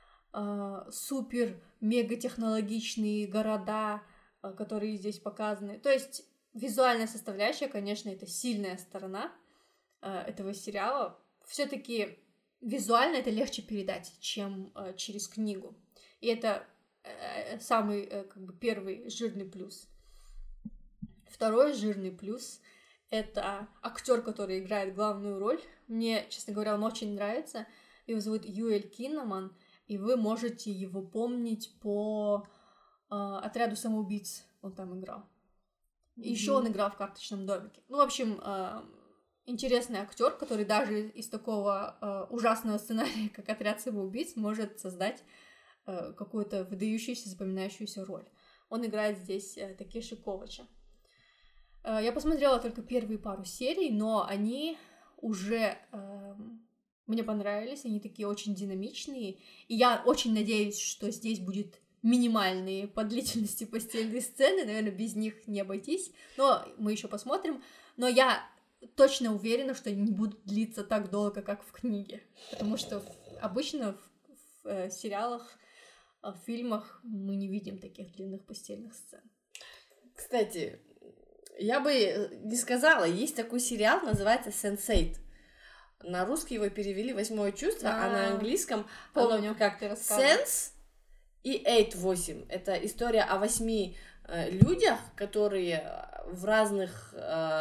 супер-мега-технологичные города, которые здесь показаны. То есть визуальная составляющая, конечно, это сильная сторона этого сериала. Все-таки визуально это легче передать, чем через книгу. И это самый первый жирный плюс. Второй жирный плюс — это актер, который играет главную роль. Мне, честно говоря, он очень нравится. Его зовут Юэль Киннаман, и вы можете его помнить по «Отряду самоубийц». Он там играл. Еще он играл в «Карточном домике». Ну, в общем, интересный актер, который даже из такого ужасного сценария, как «Отряд самоубийц», может создать какую-то выдающуюся, запоминающуюся роль. Он играет здесь Такеши Ковача. Я посмотрела только первые пару серий, но они уже мне понравились, они такие очень динамичные, и я очень надеюсь, что здесь будет минимальные по длительности постельные сцены, наверное, без них не обойтись, но мы еще посмотрим, но я точно уверена, что они не будут длиться так долго, как в книге, потому что обычно в сериалах, в фильмах мы не видим таких длинных постельных сцен. Кстати, я бы не сказала, есть такой сериал, называется «Сенс8». На русский его перевели «Восьмое чувство», а на английском помню, оно как «Sense» и «8». Это история о 8 людях, которые в разных...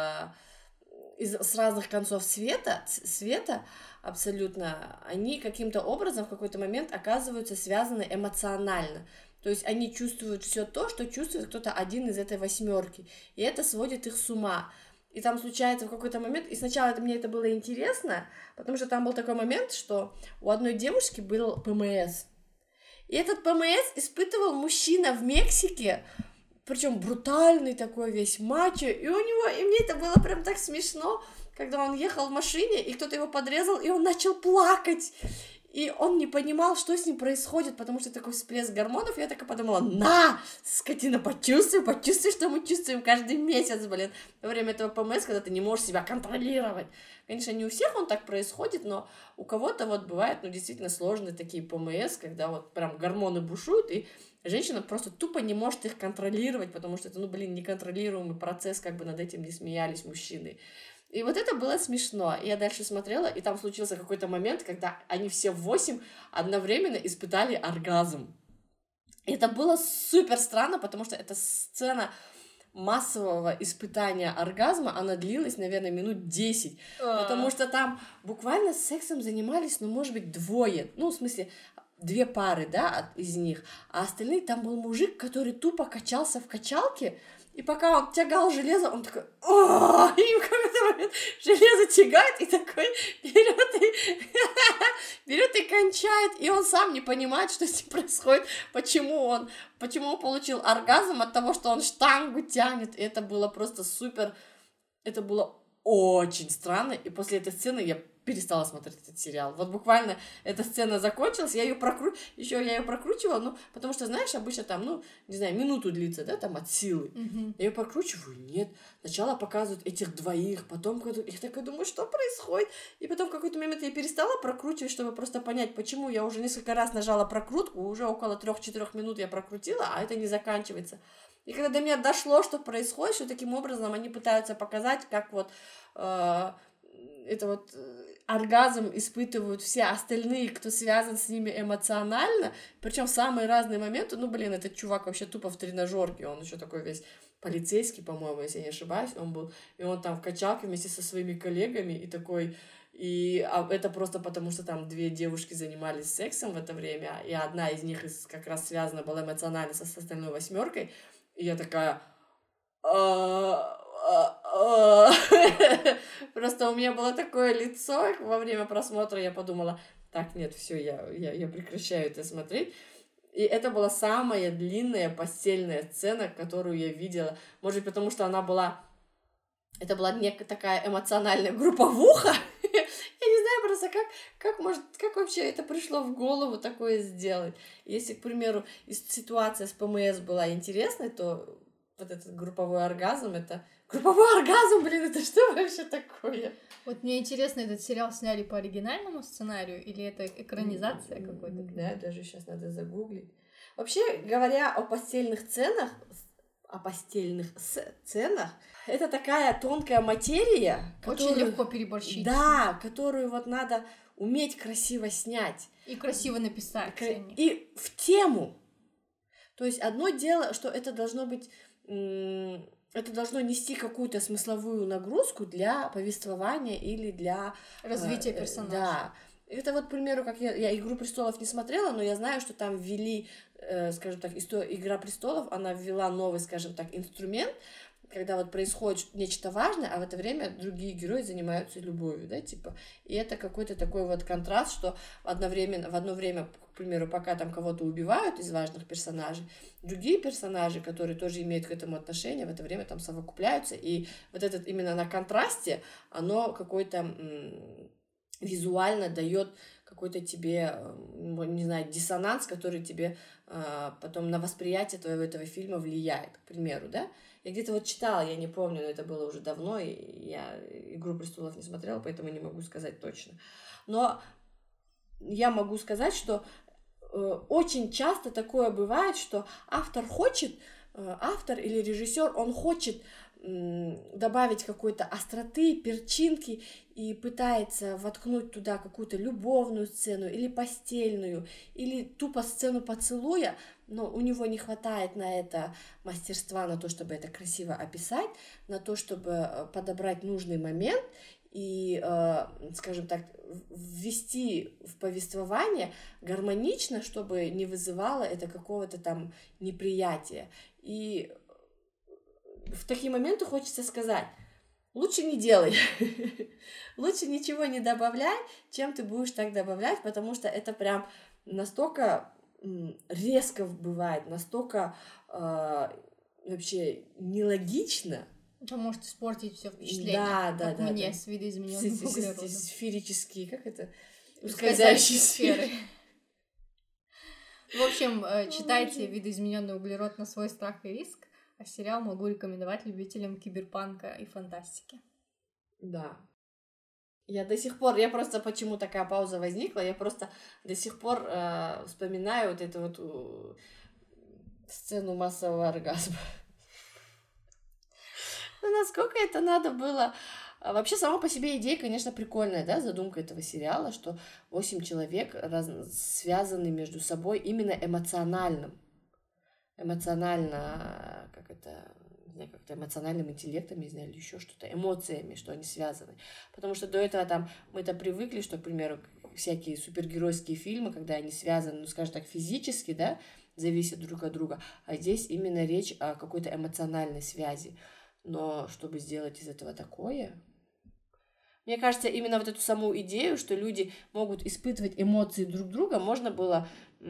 с разных концов света абсолютно, они каким-то образом в какой-то момент оказываются связаны эмоционально. То есть они чувствуют все то, что чувствует кто-то один из этой 8, и это сводит их с ума. И там случается в какой-то момент, и сначала мне это было интересно, потому что там был такой момент, что у одной девушки был ПМС. И этот ПМС испытывал мужчина в Мексике, причем брутальный такой весь мачо, и мне это было прям так смешно, когда он ехал в машине, и кто-то его подрезал, и он начал плакать. И он не понимал, что с ним происходит, потому что такой всплеск гормонов. Я так и подумала, на, скотина, почувствуй, что мы чувствуем каждый месяц, блин, во время этого ПМС, когда ты не можешь себя контролировать. Конечно, не у всех он так происходит, но у кого-то вот бывает, действительно сложные такие ПМС, когда вот прям гормоны бушуют, и женщина просто тупо не может их контролировать, потому что это, неконтролируемый процесс, как бы над этим не смеялись мужчины. И вот это было смешно. И я дальше смотрела, и там случился какой-то момент, когда они все 8 одновременно испытали оргазм. И это было супер странно, потому что эта сцена массового испытания оргазма, она длилась, наверное, минут 10. Потому что там буквально сексом занимались, может быть, 2. В смысле, 2 пары, да, из них. А остальные, там был мужик, который тупо качался в качалке, и пока он тягал железо, он такой, и в какой-то момент железо тягает, и такой берет и кончает, и он сам не понимает, что с ним происходит, почему он получил оргазм от того, что он штангу тянет, и это было просто супер, это было очень странно, и после этой сцены я перестала смотреть этот сериал. Вот буквально эта сцена закончилась, я ее прокручивала, потому что, знаешь, обычно там, не знаю, минуту длится, да, там от силы. Я ее прокручиваю, нет. Сначала показывают этих 2, потом я такая думаю, что происходит? И потом в какой-то момент я перестала прокручивать, чтобы просто понять, почему я уже несколько раз нажала прокрутку, уже около 3-4 минут я прокрутила, а это не заканчивается. И когда до меня дошло, что происходит, что таким образом они пытаются показать, как вот это вот оргазм испытывают все остальные, кто связан с ними эмоционально, причем в самые разные моменты. Этот чувак вообще тупо в тренажерке, он еще такой весь полицейский, по-моему, если я не ошибаюсь, он был, и он там в качалке вместе со своими коллегами, и такой, это просто потому, что там 2 девушки занимались сексом в это время, и одна из них как раз связана была эмоционально с остальной 8, и я такая... Просто у меня было такое лицо во время просмотра, я подумала, так, нет, все, я прекращаю это смотреть. И это была самая длинная постельная сцена, которую я видела. Может быть, потому что это была некая такая эмоциональная групповуха. Я не знаю просто, как вообще это пришло в голову такое сделать. Если, к примеру, ситуация с ПМС была интересной, то вот этот групповой оргазм, это что вообще такое? Вот мне интересно, этот сериал сняли по оригинальному сценарию или это экранизация какой-то? Да, даже сейчас надо загуглить. Вообще, говоря о постельных сценах, это такая тонкая материя, очень легко переборщить. Да, которую вот надо уметь красиво снять. И красиво написать. И в тему. То есть одно дело, что это должно быть... Это должно нести какую-то смысловую нагрузку для повествования или для... развития персонажа. Да. Это вот, к примеру, как я «Игру престолов» не смотрела, но я знаю, что там ввели, скажем так, «Игра престолов», она ввела новый, скажем так, инструмент, когда вот происходит нечто важное, а в это время другие герои занимаются любовью, да, типа. И это какой-то такой вот контраст, что в одно время, к примеру, пока там кого-то убивают из важных персонажей, другие персонажи, которые тоже имеют к этому отношение, в это время там совокупляются, и вот этот именно на контрасте, оно какой-то визуально дает какой-то тебе, не знаю, диссонанс, который тебе потом на восприятие твоего этого фильма влияет, к примеру, да. Я где-то вот читала, я не помню, но это было уже давно, и я «Игру престолов» не смотрела, поэтому не могу сказать точно. Но я могу сказать, что очень часто такое бывает, что автор или режиссер, он хочет добавить какой-то остроты, перчинки и пытается воткнуть туда какую-то любовную сцену или постельную, или тупо сцену поцелуя, но у него не хватает на это мастерства, на то, чтобы это красиво описать, на то, чтобы подобрать нужный момент и, скажем так, ввести в повествование гармонично, чтобы не вызывало это какого-то там неприятия. И в такие моменты хочется сказать: лучше не делай, лучше ничего не добавляй, чем ты будешь так добавлять, потому что это прям настолько резко бывает, настолько вообще нелогично. Это может испортить все впечатление, как мне с видоизмененным углеродом. Сферические, как это? Ускользающие сферы. В общем, читайте «Видоизмененный углерод» на свой страх и риск, а сериал могу рекомендовать любителям киберпанка и фантастики. Да. Я до сих пор, почему такая пауза возникла, я просто до сих пор вспоминаю вот эту вот сцену массового оргазма. Ну, насколько это надо было... Вообще, сама по себе идея, конечно, прикольная, да, задумка этого сериала, что 8 человек связаны между собой именно эмоционально, как-то эмоциональным интеллектом, не знаю, или еще что-то, эмоциями, что они связаны. Потому что до этого там мы-то привыкли, что, к примеру, всякие супергеройские фильмы, когда они связаны, ну, скажем так, физически, да, зависят друг от друга, а здесь именно речь о какой-то эмоциональной связи. Но чтобы сделать из этого такое... Мне кажется, именно вот эту саму идею, что люди могут испытывать эмоции друг друга, можно было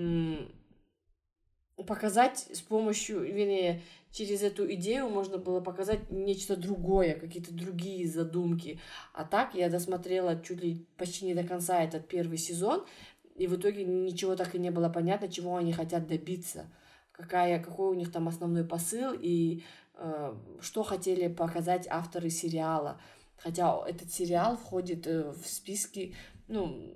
показать с помощью, вернее, через эту идею можно было показать нечто другое, какие-то другие задумки. А так я досмотрела чуть ли почти не до конца этот первый сезон, и в итоге ничего так и не было понятно, чего они хотят добиться, какой у них там основной посыл и что хотели показать авторы сериала. Хотя этот сериал входит в списки, ну,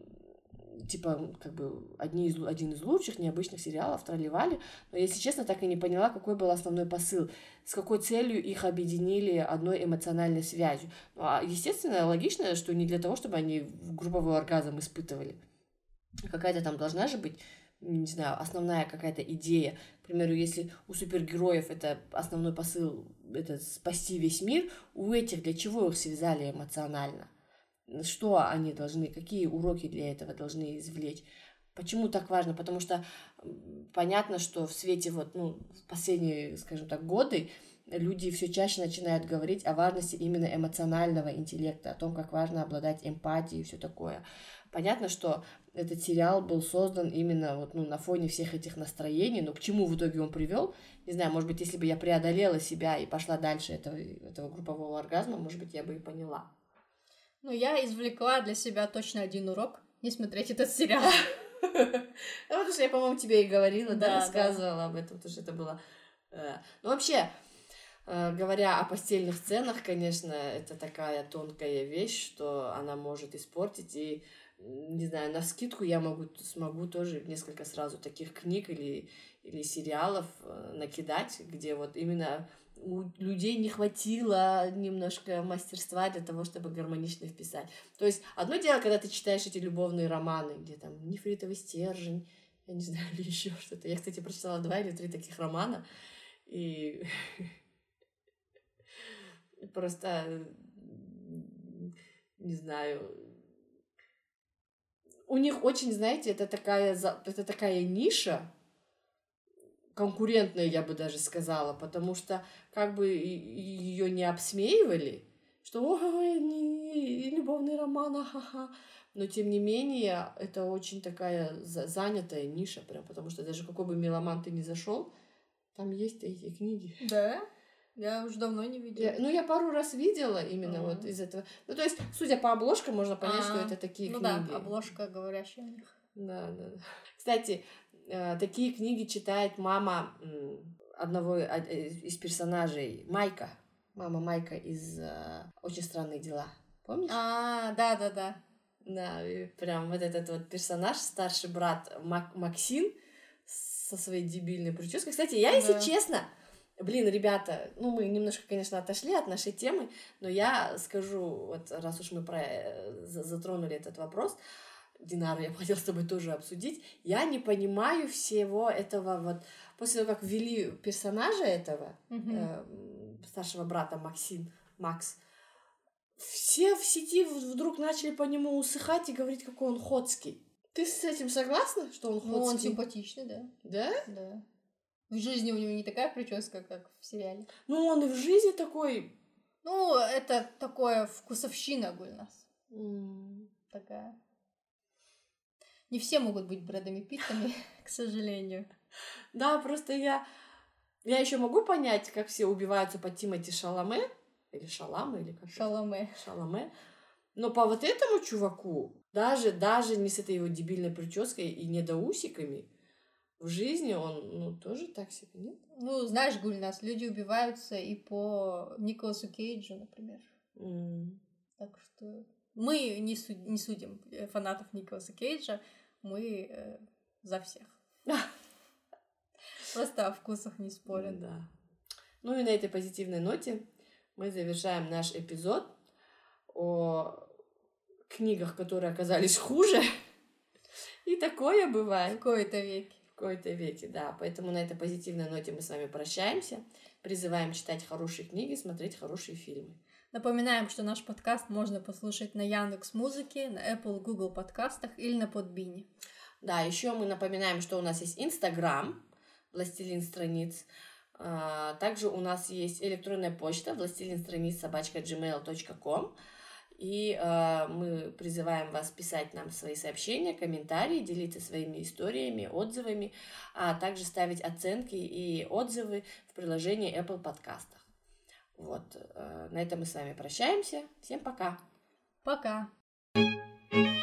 типа, как бы, один из лучших необычных сериалов, тролливали. Но, если честно, так и не поняла, какой был основной посыл, с какой целью их объединили одной эмоциональной связью. Ну, а, естественно, логично, что не для того, чтобы они групповой оргазм испытывали. Какая-то там должна же быть, не знаю, основная какая-то идея. К примеру, если у супергероев это основной посыл, это спасти весь мир, у этих для чего их связали эмоционально? Что они должны, какие уроки для этого должны извлечь? Почему так важно? Потому что понятно, что в свете вот, ну, в последние, скажем так, годы люди все чаще начинают говорить о важности именно эмоционального интеллекта, о том, как важно обладать эмпатией и все такое. Понятно, что этот сериал был создан именно вот, ну, на фоне всех этих настроений, но к чему в итоге он привел? Не знаю, может быть, если бы я преодолела себя и пошла дальше этого группового оргазма, может быть, я бы и поняла. Ну, я извлекла для себя точно один урок: не смотреть этот сериал. Потому что я, по-моему, тебе и говорила, да, рассказывала об этом, потому что это было... Ну, вообще, говоря о постельных сценах, конечно, это такая тонкая вещь, что она может испортить, и, не знаю, навскидку я смогу тоже несколько сразу таких книг или сериалов накидать, где вот именно у людей не хватило немножко мастерства для того, чтобы гармонично вписать. То есть одно дело, когда ты читаешь эти любовные романы, где там нефритовый стержень, я не знаю, или еще что-то. Я, кстати, прочитала 2 или 3 таких романа, и просто, не знаю, у них очень, знаете, это такая ниша, конкурентная, я бы даже сказала, потому что как бы ее не обсмеивали, что ой, любовный роман, ха-ха. Но, тем не менее, это очень такая занятая ниша, прям, потому что даже какой бы меломан ты ни зашел, там есть эти книги. Да? Я уже давно не видела. Я пару раз видела именно вот из этого. Ну, то есть, судя по обложкам, можно понять, что это такие книги. Ну да, обложка говорящая о них. Да. Кстати, такие книги читает мама одного из персонажей, Майка. Мама Майка из «Очень странные дела». Помнишь? Да. Да, и прям вот этот вот персонаж, старший брат Максим со своей дебильной прической. Кстати, я, если честно, Блин, ребята, ну мы немножко, конечно, отошли от нашей темы, но я скажу, вот раз уж мы затронули этот вопрос, Динара, я хотела с тобой тоже обсудить, я не понимаю всего этого вот, после того, как ввели персонажа этого, старшего брата Макс, все в сети вдруг начали по нему усыхать и говорить, какой он ходский. Ты с этим согласна, что он ходский? Ну, он симпатичный, да. Да? Да. В жизни у него не такая прическа, как в сериале. Ну, он и в жизни такой... Ну, это такое вкусовщина, Гульнас. Такая. Не все могут быть Брэдами Питтами, к сожалению. Да, просто я еще могу понять, как все убиваются по Тимоти Шаламе, или Шаламе, или как Шаламе. Но по вот этому чуваку, даже не с этой его дебильной прической и недоусиками, в жизни он, тоже так себе, нет? Ну, знаешь, Гульнас, люди убиваются и по Николасу Кейджу, например. Так что мы не судим фанатов Николаса Кейджа, мы за всех. Просто о вкусах не спорим. Да. Ну и на этой позитивной ноте мы завершаем наш эпизод о книгах, которые оказались хуже. И такое бывает. В кои-то веки. В кои-то веки, да. Поэтому на этой позитивной ноте мы с вами прощаемся. Призываем читать хорошие книги, смотреть хорошие фильмы. Напоминаем, что наш подкаст можно послушать на Яндекс.Музыке, на Apple, Google подкастах или на Подбине. Да, еще мы напоминаем, что у нас есть Инстаграм, Властелин страниц. Также у нас есть электронная почта властелинстраниц@gmail.com. И мы призываем вас писать нам свои сообщения, комментарии, делиться своими историями, отзывами, а также ставить оценки и отзывы в приложении Apple подкастах. Вот, на этом мы с вами прощаемся. Всем пока! Пока!